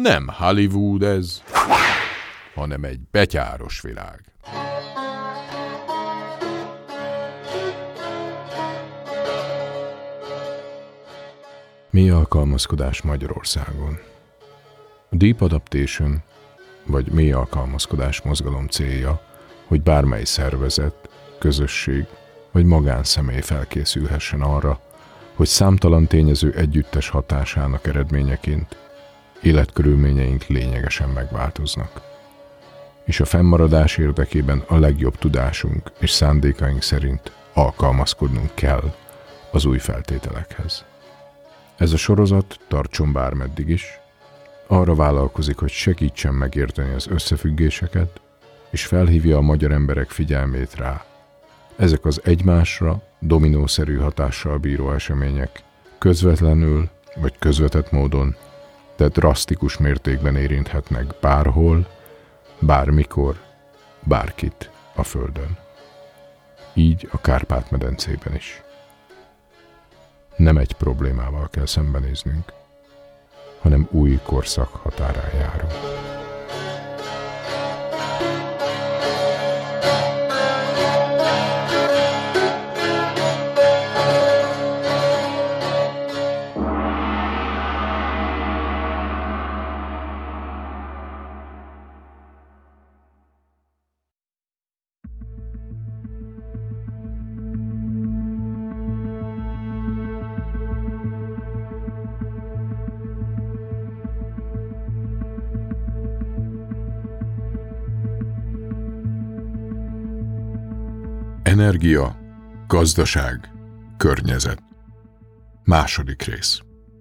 Nem Hollywood ez, hanem egy betyáros világ. Mély alkalmazkodás Magyarországon. A Deep Adaptation, vagy mély alkalmazkodás mozgalom célja, hogy bármely szervezet, közösség vagy magánszemély felkészülhessen arra, hogy számtalan tényező együttes hatásának eredményeként életkörülményeink lényegesen megváltoznak. És a fennmaradás érdekében a legjobb tudásunk és szándékaink szerint alkalmazkodnunk kell az új feltételekhez. Ez a sorozat, tartson bármeddig is, arra vállalkozik, hogy segítsen megérteni az összefüggéseket, és felhívja a magyar emberek figyelmét rá. Ezek az egymásra dominószerű hatással bíró események közvetlenül vagy közvetett módon, de drasztikus mértékben érinthetnek bárhol, bármikor, bárkit a Földön. Így a Kárpát-medencében is. Nem egy problémával kell szembenéznünk, hanem új korszak határán járunk. Energia, gazdaság, környezet. Második rész.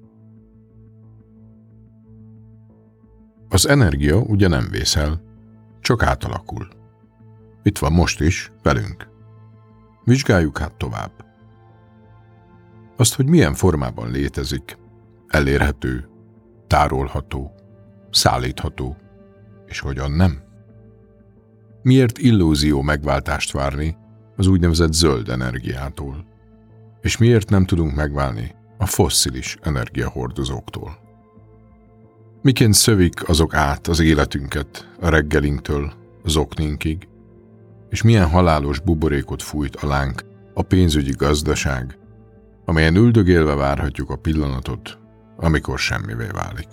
Az energia ugye nem vészel, csak átalakul. Itt van most is, velünk. Vizsgáljuk hát tovább. Azt, hogy milyen formában létezik, elérhető, tárolható, szállítható, és hogyan nem. Miért illúzió megváltást várni az úgynevezett zöld energiától, és miért nem tudunk megválni a fosszilis energiahordozóktól? Miként szövik azok át az életünket a reggelinktől az okninkig, és milyen halálos buborékot fújt alánk a pénzügyi gazdaság, amelyen üldögélve várhatjuk a pillanatot, amikor semmivé válik.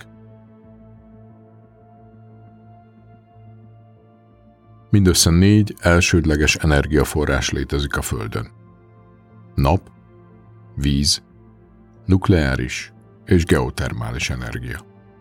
Mindössze 4 elsődleges energiaforrás létezik a Földön. Nap, víz, nukleáris és geotermális energia.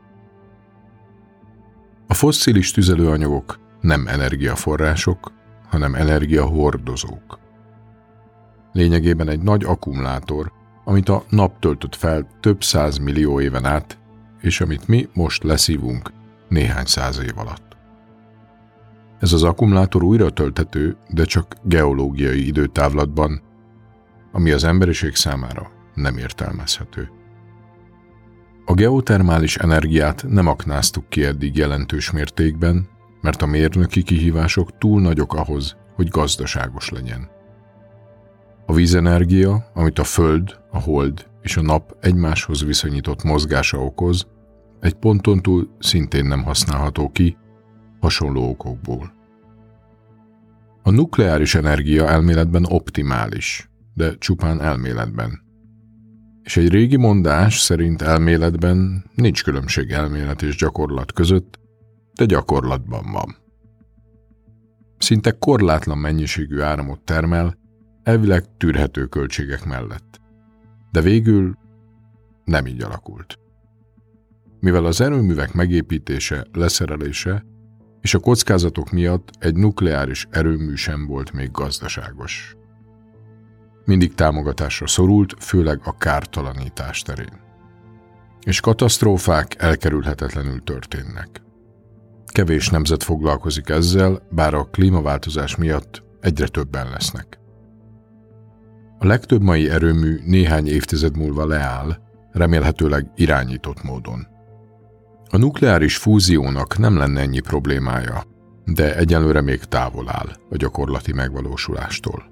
A fosszilis tüzelőanyagok nem energiaforrások, hanem energiahordozók. Lényegében egy nagy akkumulátor, amit a nap töltött fel több 100 millió éven át, és amit mi most leszívunk néhány 100 év alatt. Ez az akkumulátor újra tölthető, de csak geológiai időtávlatban, ami az emberiség számára nem értelmezhető. A geotermális energiát nem aknáztuk ki eddig jelentős mértékben, mert a mérnöki kihívások túl nagyok ahhoz, hogy gazdaságos legyen. A vízenergia, amit a Föld, a Hold és a Nap egymáshoz viszonyított mozgása okoz, egy ponton túl szintén nem használható ki, hasonló okokból. A nukleáris energia elméletben optimális, de csupán elméletben. És egy régi mondás szerint elméletben nincs különbség elmélet és gyakorlat között, de gyakorlatban van. Szinte korlátlan mennyiségű áramot termel, elvileg tűrhető költségek mellett. De végül nem így alakult. Mivel az erőművek megépítése, leszerelése és a kockázatok miatt egy nukleáris erőmű sem volt még gazdaságos. Mindig támogatásra szorult, főleg a kártalanítás terén. És katasztrófák elkerülhetetlenül történnek. Kevés nemzet foglalkozik ezzel, bár a klímaváltozás miatt egyre többen lesznek. A legtöbb mai erőmű néhány évtized múlva leáll, remélhetőleg irányított módon. A nukleáris fúziónak nem lenne ennyi problémája, de egyelőre még távol áll a gyakorlati megvalósulástól.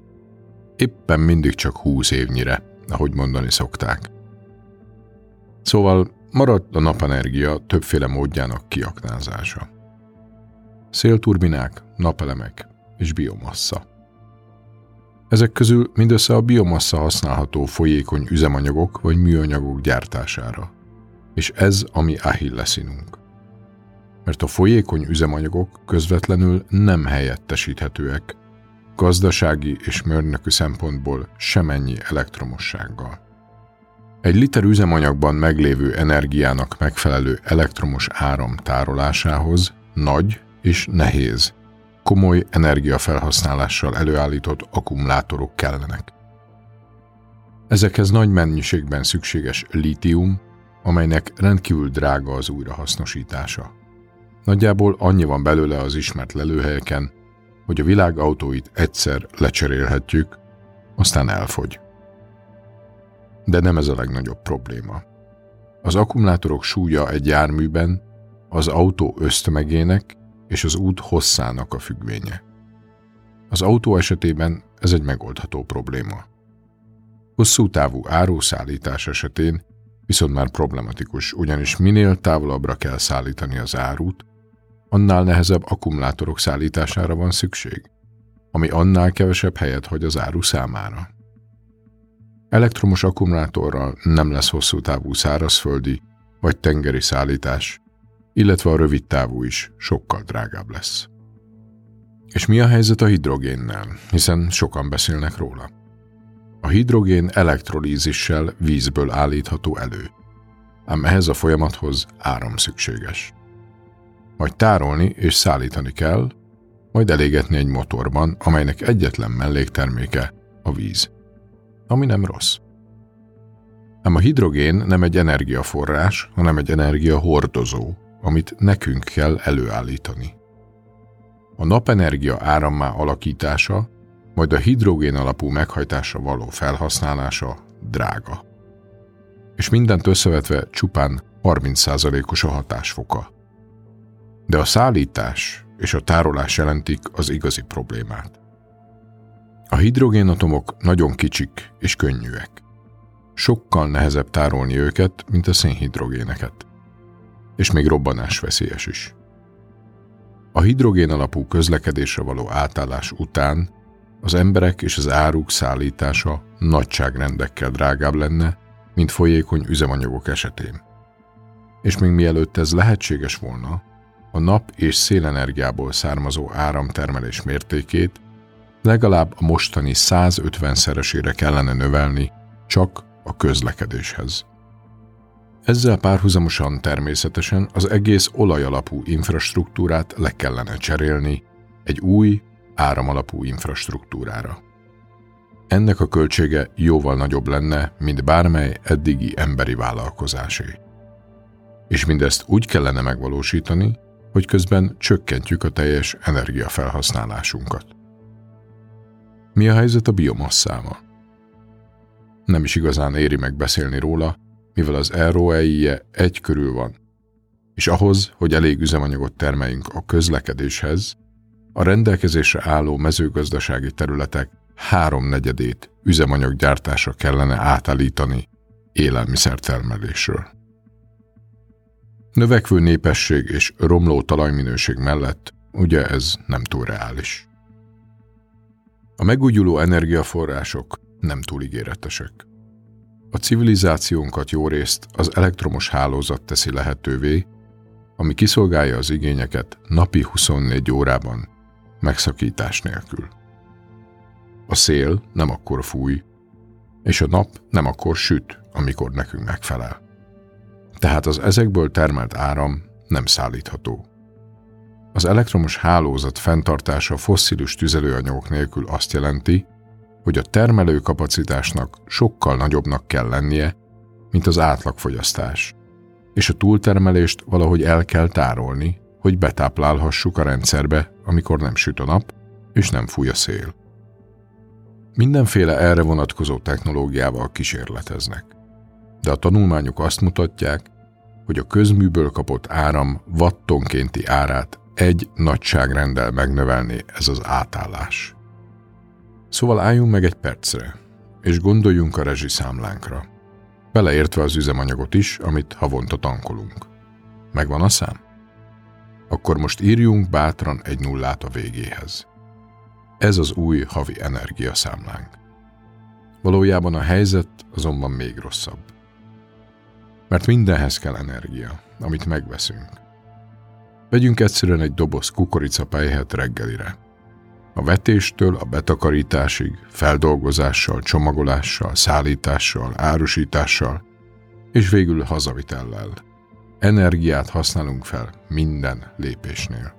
Éppen mindig csak 20 évnyire, ahogy mondani szokták. Szóval Maradt a napenergia többféle módjának kiaknázása. Szélturbinák, napelemek és biomassa. Ezek közül mindössze a biomassa használható folyékony üzemanyagok vagy műanyagok gyártására. És ez a mi Achillesinunk. Mert a folyékony üzemanyagok közvetlenül nem helyettesíthetőek, gazdasági és mérnöki szempontból semennyi elektromossággal. Egy liter üzemanyagban meglévő energiának megfelelő elektromos áram tárolásához nagy és nehéz, komoly energiafelhasználással előállított akkumulátorok kellenek. Ezekhez nagy mennyiségben szükséges lítium, amelynek rendkívül drága az újrahasznosítása. Nagyjából annyi van belőle az ismert lelőhelyeken, hogy a világ autóit egyszer lecserélhetjük, aztán elfogy. De nem ez a legnagyobb probléma. Az akkumulátorok súlya egy járműben az autó össztömegének és az út hosszának a függvénye. Az autó esetében ez egy megoldható probléma. Hosszú távú áruszállítás esetén viszont már problematikus, ugyanis minél távolabbra kell szállítani az árut, annál nehezebb akkumulátorok szállítására van szükség, ami annál kevesebb helyet hagy az áru számára. Elektromos akkumulátorral nem lesz hosszú távú szárazföldi vagy tengeri szállítás, illetve a rövid távú is sokkal drágább lesz. És mi a helyzet a hidrogénnel, hiszen sokan beszélnek róla? A hidrogén elektrolízissel vízből állítható elő, ám ehhez a folyamathoz áram szükséges. Majd tárolni és szállítani kell, majd elégetni egy motorban, amelynek egyetlen mellékterméke a víz, ami nem rossz. Ám a hidrogén nem egy energiaforrás, hanem egy energiahordozó, amit nekünk kell előállítani. A napenergia árammá alakítása, majd a hidrogén alapú meghajtásra való felhasználása drága. És mindent összevetve csupán 30%-os a hatásfoka. De a szállítás és a tárolás jelentik az igazi problémát. A hidrogénatomok nagyon kicsik és könnyűek. Sokkal nehezebb tárolni őket, mint a szénhidrogéneket. És még robbanásveszélyes is. A hidrogén alapú közlekedésre való átállás után az emberek és az áruk szállítása nagyságrendekkel drágább lenne, mint folyékony üzemanyagok esetén. És még mielőtt ez lehetséges volna, a nap- és szélenergiából származó áramtermelés mértékét legalább a mostani 150-szeresére kellene növelni csak a közlekedéshez. Ezzel párhuzamosan természetesen az egész olajalapú infrastruktúrát le kellene cserélni egy új, áramalapú infrastruktúrára. Ennek a költsége jóval nagyobb lenne, mint bármely eddigi emberi vállalkozásé. És mindezt úgy kellene megvalósítani, hogy közben csökkentjük a teljes energiafelhasználásunkat. Mi a helyzet a biomasszával? Nem is igazán éri meg beszélni róla, mivel az ROE-je 1 körül van, és ahhoz, hogy elég üzemanyagot termeljünk a közlekedéshez, a rendelkezésre álló mezőgazdasági területek 3/4 üzemanyaggyártásra kellene átállítani élelmiszertermelésről. Növekvő népesség és romló talajminőség mellett ugye ez nem túl reális. A megújuló energiaforrások nem túl ígéretesek. A civilizációnkat jórészt az elektromos hálózat teszi lehetővé, ami kiszolgálja az igényeket napi 24 órában, megszakítás nélkül. A szél nem akkor fúj, és a nap nem akkor süt, amikor nekünk megfelel. Tehát az ezekből termelt áram nem szállítható. Az elektromos hálózat fenntartása fosszilis tüzelőanyagok nélkül azt jelenti, hogy a termelőkapacitásnak sokkal nagyobbnak kell lennie, mint az átlagfogyasztás, és a túltermelést valahogy el kell tárolni, hogy betáplálhassuk a rendszerbe, amikor nem süt a nap, és nem fúj a szél. Mindenféle erre vonatkozó technológiával kísérleteznek, de a tanulmányok azt mutatják, hogy a közműből kapott áram wattonkénti árát egy nagyságrenddel megnövelné ez az átállás. Szóval álljunk meg egy percre, és gondoljunk a rezsiszámlánkra. beleértve az üzemanyagot is, amit havonta tankolunk. Megvan a szám? Akkor most írjunk bátran egy nullát a végéhez. Ez az új havi energiaszámlánk. Valójában a helyzet azonban még rosszabb. Mert mindenhez kell energia, amit megveszünk. Vegyünk egyszerűen egy doboz kukoricapelyhet reggelire. A vetéstől a betakarításig, feldolgozással, csomagolással, szállítással, árusítással, és végül hazavitellel. Energiát használunk fel minden lépésnél.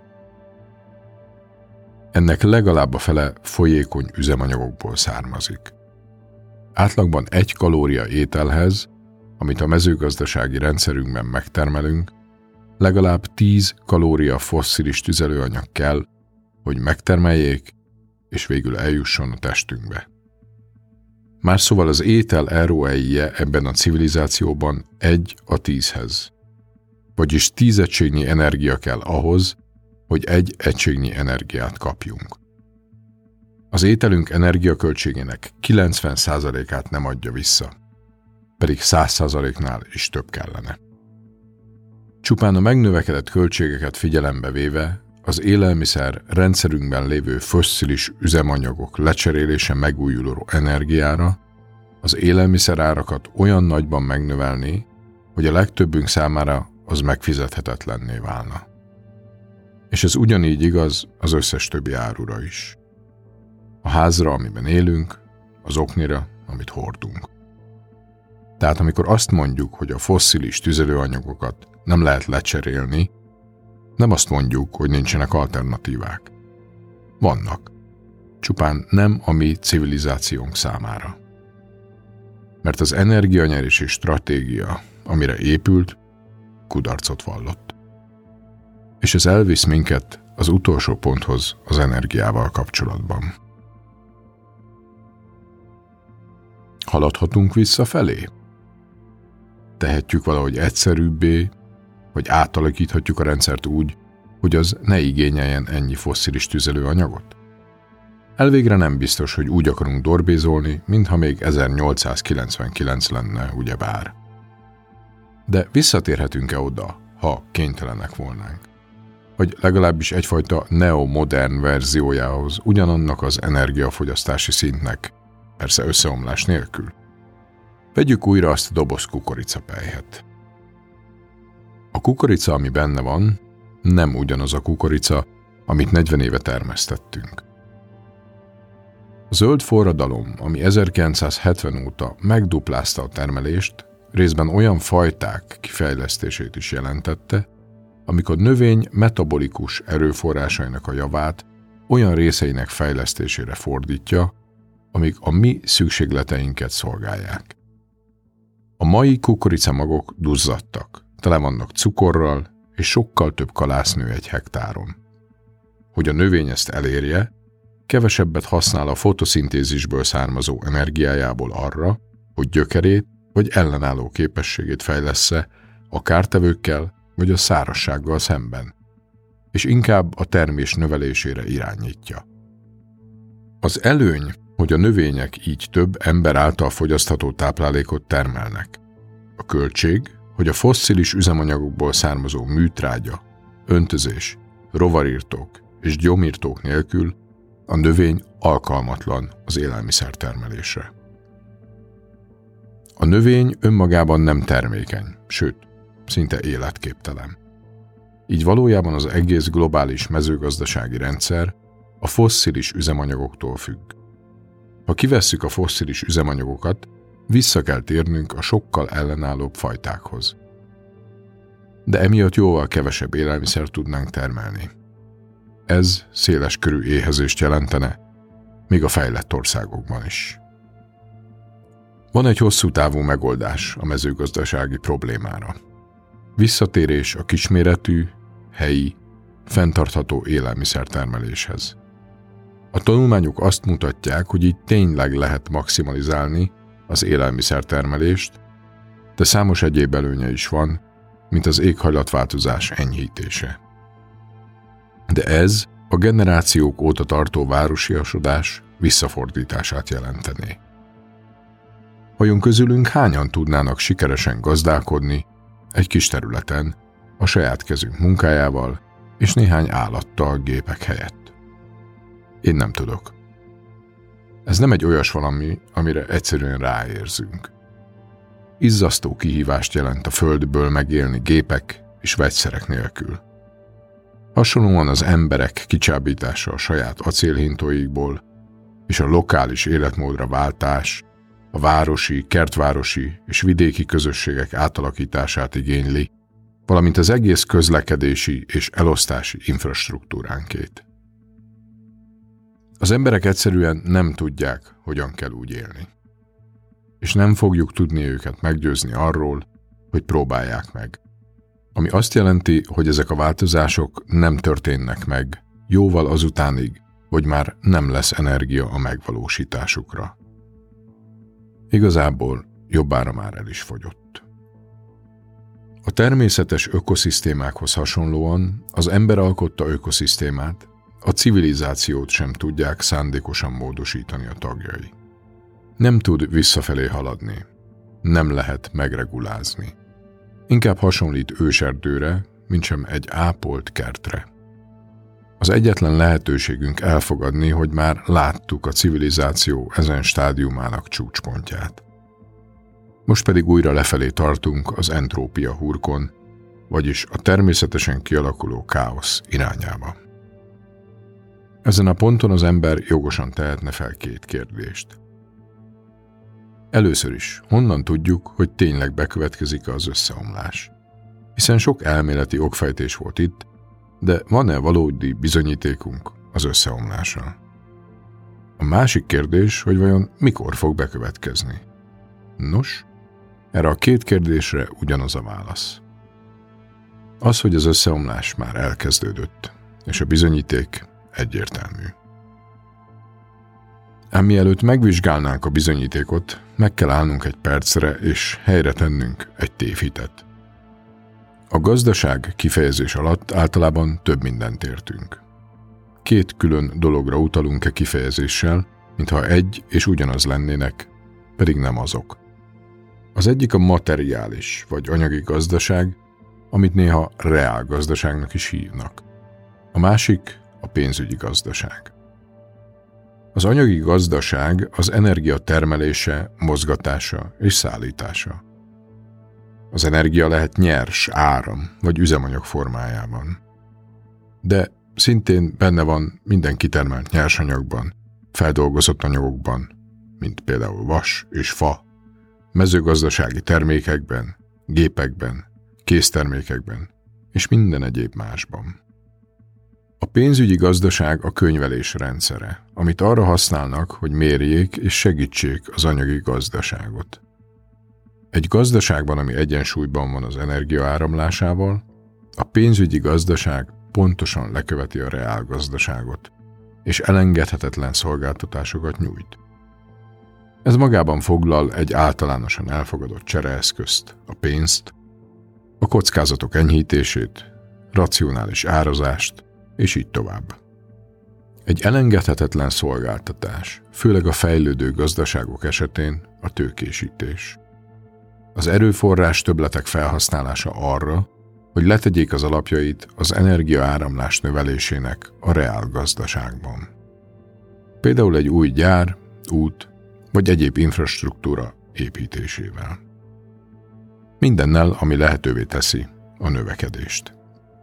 Ennek legalább a fele folyékony üzemanyagokból származik. Átlagban 1 kalória ételhez, amit a mezőgazdasági rendszerünkben megtermelünk, legalább 10 kalória fosszilis tüzelőanyag kell, hogy megtermeljék, és végül eljusson a testünkbe. Más szóval az étel ROI-je ebben a civilizációban 1/10-hez. Vagyis 10 egységnyi energia kell ahhoz, hogy 1 egységnyi energiát kapjunk. Az ételünk energiaköltségének 90%-át nem adja vissza, pedig 100%-nál is több kellene. Csupán a megnövekedett költségeket figyelembe véve az élelmiszer rendszerünkben lévő fosszilis üzemanyagok lecserélése megújuló energiára az élelmiszerárakat olyan nagyban megnövelni, hogy a legtöbbünk számára az megfizethetetlenné válna. És ez ugyanígy igaz az összes többi árura is. A házra, amiben élünk, az oknira, amit hordunk. Tehát amikor azt mondjuk, hogy a fosszilis tüzelőanyagokat nem lehet lecserélni, nem azt mondjuk, hogy nincsenek alternatívák. Vannak. Csupán nem a mi civilizációnk számára. Mert az energianyerési stratégia, amire épült, kudarcot vallott. És ez elvisz minket az utolsó ponthoz az energiával kapcsolatban. Haladhatunk visszafelé? Tehetjük valahogy egyszerűbbé, vagy átalakíthatjuk a rendszert úgy, hogy az ne igényeljen ennyi fosszilis tüzelőanyagot? Elvégre nem biztos, hogy úgy akarunk dorbézolni, mintha még 1899 lenne, ugyebár. De visszatérhetünk-e oda, ha kénytelenek volnánk? Vagy legalábbis egyfajta neomodern verziójához ugyanannak az energiafogyasztási szintnek, persze összeomlás nélkül. Vegyük újra azt a doboz kukoricapelyhet. A kukorica, ami benne van, nem ugyanaz a kukorica, amit 40 éve termesztettünk. A zöld forradalom, ami 1970 óta megduplázta a termelést, részben olyan fajták kifejlesztését is jelentette, amik a növény metabolikus erőforrásainak a javát olyan részeinek fejlesztésére fordítja, amik a mi szükségleteinket szolgálják. A mai kukoricamagok duzzadtak, tele vannak cukorral, és sokkal több kalász nő egy hektáron. Hogy a növény ezt elérje, kevesebbet használ a fotoszintézisből származó energiájából arra, hogy gyökerét vagy ellenálló képességét fejlessze a kártevőkkel vagy a szárazsággal szemben, és inkább a termés növelésére irányítja. Az előny, hogy a növények így több ember által fogyasztható táplálékot termelnek. A költség, hogy a fosszilis üzemanyagokból származó műtrágya, öntözés, rovarírtók és gyomírtók nélkül a növény alkalmatlan az élelmiszertermelésre. A növény önmagában nem termékeny, sőt, szinte életképtelen. Így valójában az egész globális mezőgazdasági rendszer a fosszilis üzemanyagoktól függ. Ha kivesszük a fosszilis üzemanyagokat, vissza kell térnünk a sokkal ellenállóbb fajtákhoz. De emiatt jóval kevesebb élelmiszer tudnánk termelni. Ez széles körű éhezést jelentene, még a fejlett országokban is. Van egy hosszú távú megoldás a mezőgazdasági problémára. Visszatérés a kisméretű, helyi, fenntartható élelmiszertermeléshez. A tanulmányok azt mutatják, hogy így tényleg lehet maximalizálni az élelmiszertermelést, de számos egyéb előnye is van, mint az éghajlatváltozás enyhítése. De ez a generációk óta tartó városiasodás visszafordítását jelentené. Vajon közülünk hányan tudnának sikeresen gazdálkodni egy kis területen, a saját kezünk munkájával és néhány állattal gépek helyett? Én nem tudok. Ez nem egy olyas valami, amire egyszerűen ráérzünk. Izzasztó kihívást jelent a földből megélni gépek és vegyszerek nélkül. Hasonlóan az emberek kicsábítása a saját acélhintóikból és a lokális életmódra váltás, a városi, kertvárosi és vidéki közösségek átalakítását igényli, valamint az egész közlekedési és elosztási infrastruktúránkét. Az emberek egyszerűen nem tudják, hogyan kell úgy élni. És nem fogjuk tudni őket meggyőzni arról, hogy próbálják meg. Ami azt jelenti, hogy ezek a változások nem történnek meg, jóval azutánig, hogy már nem lesz energia a megvalósításukra. Igazából jobbára már el is fogyott. A természetes ökoszisztémákhoz hasonlóan az ember alkotta ökoszisztémát, a civilizációt sem tudják szándékosan módosítani a tagjai. Nem tud visszafelé haladni, nem lehet megregulázni. Inkább hasonlít őserdőre, mintsem egy ápolt kertre. Az egyetlen lehetőségünk elfogadni, hogy már láttuk a civilizáció ezen stádiumának csúcspontját. Most pedig újra lefelé tartunk az entrópia hurkon, vagyis a természetesen kialakuló káosz irányába. Ezen a ponton az ember jogosan tehetne fel 2 kérdést. Először is, honnan tudjuk, hogy tényleg bekövetkezik az összeomlás? Hiszen sok elméleti okfejtés volt itt, de van-e valódi bizonyítékunk az összeomlásra? A másik kérdés, hogy vajon mikor fog bekövetkezni? Nos, erre a 2 kérdésre ugyanaz a válasz. Az, hogy az összeomlás már elkezdődött, és a bizonyíték egyértelmű. Ám mielőtt megvizsgálnánk a bizonyítékot, meg kell állnunk egy percre, és helyre tennünk egy tévhitet. A gazdaság kifejezés alatt általában több mindent értünk. 2 külön dologra utalunk kifejezéssel, mintha egy és ugyanaz lennének, pedig nem azok. Az egyik a materiális vagy anyagi gazdaság, amit néha reál gazdaságnak is hívnak. A másik a pénzügyi gazdaság. Az anyagi gazdaság az energia termelése, mozgatása és szállítása. Az energia lehet nyers, áram vagy üzemanyag formájában. De szintén benne van minden kitermelt nyersanyagban, feldolgozott anyagokban, mint például vas és fa, mezőgazdasági termékekben, gépekben, késztermékekben és minden egyéb másban. A pénzügyi gazdaság a könyvelés rendszere, amit arra használnak, hogy mérjék és segítsék az anyagi gazdaságot. Egy gazdaságban, ami egyensúlyban van az energia áramlásával, a pénzügyi gazdaság pontosan leköveti a reál gazdaságot, és elengedhetetlen szolgáltatásokat nyújt. Ez magában foglal egy általánosan elfogadott csereeszközt, a pénzt, a kockázatok enyhítését, racionális árazást, és így tovább. Egy elengedhetetlen szolgáltatás, főleg a fejlődő gazdaságok esetén a tőkésítés. Az erőforrás többletek felhasználása arra, hogy letegyék az alapjait az energiaáramlás növelésének a reál gazdaságban. Például egy új gyár, út vagy egyéb infrastruktúra építésével. Mindennel, ami lehetővé teszi a növekedést.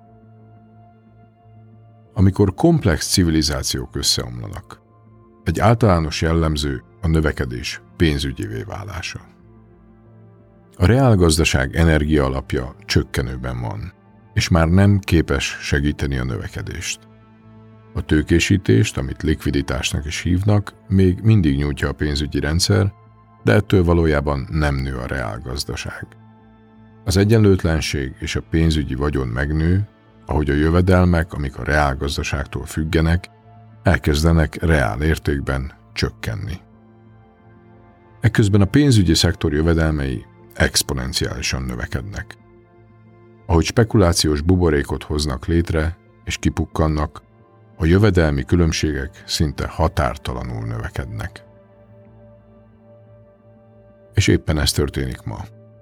Amikor komplex civilizációk összeomlanak, egy általános jellemző a növekedés pénzügyivé válása. A reálgazdaság energia alapja csökkenőben van, és már nem képes segíteni a növekedést. A tőkésítést, amit likviditásnak is hívnak, még mindig nyújtja a pénzügyi rendszer, de ettől valójában nem nő a reálgazdaság. Az egyenlőtlenség és a pénzügyi vagyon megnő, ahogy a jövedelmek, amik a reálgazdaságtól függenek, elkezdenek reál értékben csökkenni. Ekközben a pénzügyi szektor jövedelmei exponenciálisan növekednek. Ahogy spekulációs buborékot hoznak létre és kipukkannak, a jövedelmi különbségek szinte határtalanul növekednek. És éppen ez történik ma.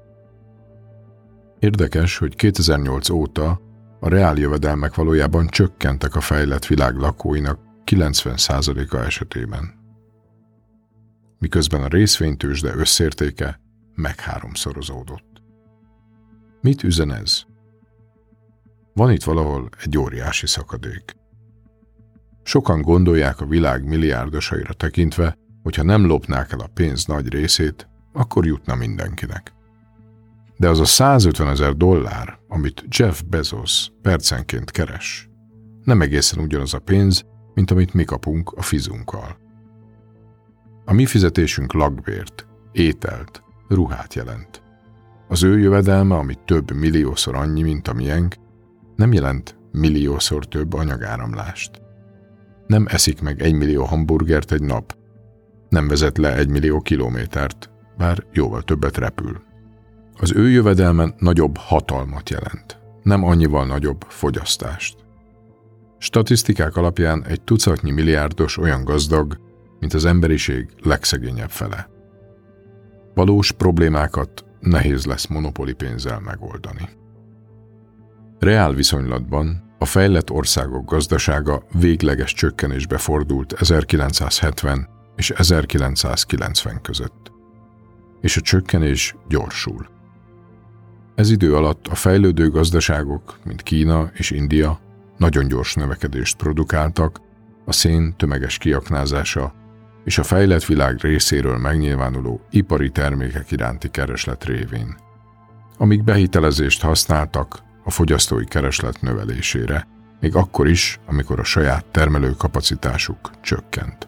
Érdekes, hogy 2008 óta a reáljövedelmek valójában csökkentek a fejlett világ lakóinak 90%-a esetében. Miközben a részvénytőzsde összértéke megháromszorozódott. Mit üzen ez? Van itt valahol egy óriási szakadék. Sokan gondolják a világ milliárdosaira tekintve, hogyha nem lopnák el a pénz nagy részét, akkor jutna mindenkinek. De az a $150,000, amit Jeff Bezos percenként keres, nem egészen ugyanaz a pénz, mint amit mi kapunk a fizunkkal. A mi fizetésünk lakbért, ételt, ruhát jelent. Az ő jövedelme, ami több milliószor annyi, mint a miénk, nem jelent milliószor több anyagáramlást. Nem eszik meg 1 millió hamburgert egy nap, nem vezet le 1 millió kilométert, bár jóval többet repül. Az ő jövedelmen nagyobb hatalmat jelent, nem annyival nagyobb fogyasztást. Statisztikák alapján egy tucatnyi milliárdos olyan gazdag, mint az emberiség legszegényebb fele. Valós problémákat nehéz lesz monopoli pénzzel megoldani. Reál viszonylatban a fejlett országok gazdasága végleges csökkenésbe fordult 1970 és 1990 között. És a csökkenés gyorsul. Ez idő alatt a fejlődő gazdaságok, mint Kína és India, nagyon gyors növekedést produkáltak, a szén tömeges kiaknázása és a fejlett világ részéről megnyilvánuló ipari termékek iránti kereslet révén. Amíg behitelezést használtak a fogyasztói kereslet növelésére, még akkor is, amikor a saját termelőkapacitásuk csökkent.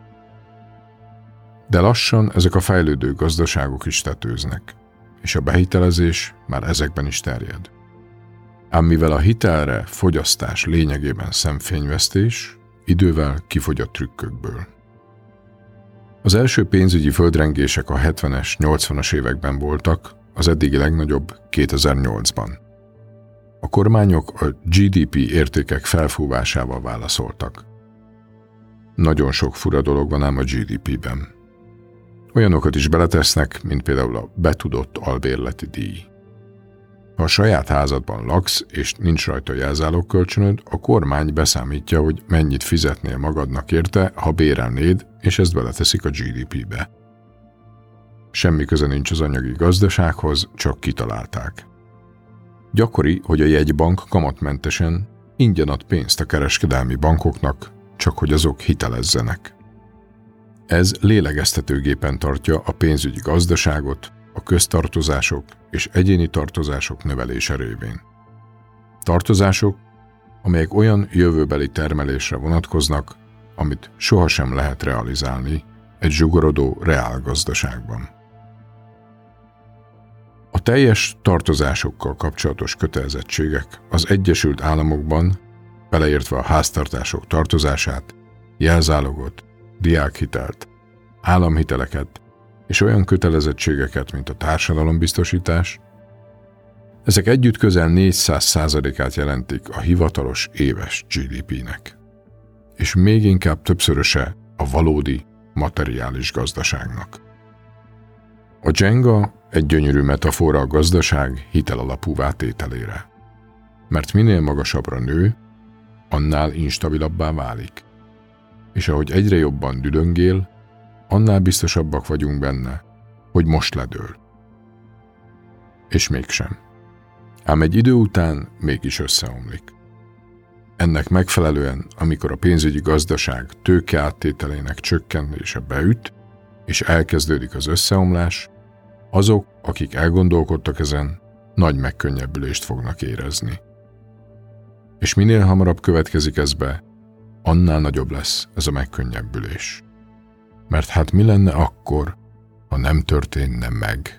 De lassan ezek a fejlődő gazdaságok is tetőznek, és a behitelezés már ezekben is terjed. Ám mivel a hitelre fogyasztás lényegében szemfényvesztés, idővel kifogy a trükkökből. Az első pénzügyi földrengések a 70-es, 80-as években voltak, az eddigi legnagyobb 2008-ban. A kormányok a GDP értékek felfúvásával válaszoltak. Nagyon sok fura dolog van ám a GDP-ben. Olyanokat is beletesznek, mint például a betudott albérleti díj. Ha a saját házadban laksz, és nincs rajta jelzálogkölcsönöd, a kormány beszámítja, hogy mennyit fizetnél magadnak érte, ha bérelnéd, és ezt beleteszik a GDP-be. Semmi köze nincs az anyagi gazdasághoz, csak kitalálták. Gyakori, hogy a jegybank kamatmentesen ingyen ad pénzt a kereskedelmi bankoknak, csak hogy azok hitelezzenek. Ez lélegeztetőgépen tartja a pénzügyi gazdaságot, a köztartozások és egyéni tartozások növelése révén. Tartozások, amelyek olyan jövőbeli termelésre vonatkoznak, amit sohasem lehet realizálni egy zsugorodó reálgazdaságban. A teljes tartozásokkal kapcsolatos kötelezettségek az Egyesült Államokban, beleértve a háztartások tartozását, jelzálogot, diákhitelt, államhiteleket és olyan kötelezettségeket, mint a társadalombiztosítás, ezek együtt közel 400%-át jelentik a hivatalos éves GDP-nek, és még inkább többszöröse a valódi materiális gazdaságnak. A dzsenga egy gyönyörű metafora a gazdaság hitelalapúvá tételére, mert minél magasabbra nő, annál instabilabbá válik, és ahogy egyre jobban düdöngél, annál biztosabbak vagyunk benne, hogy most ledől. És mégsem. Ám egy idő után mégis összeomlik. Ennek megfelelően, amikor a pénzügyi gazdaság tőkeáttételének csökkenése beüt, és elkezdődik az összeomlás, azok, akik elgondolkodtak ezen, nagy megkönnyebbülést fognak érezni. És minél hamarabb következik ez be, annál nagyobb lesz ez a megkönnyebbülés. Mert hát mi lenne akkor, ha nem történne meg?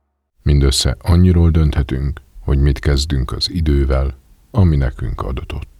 Mindössze annyiról dönthetünk, hogy mit kezdünk az idővel, ami nekünk adatott.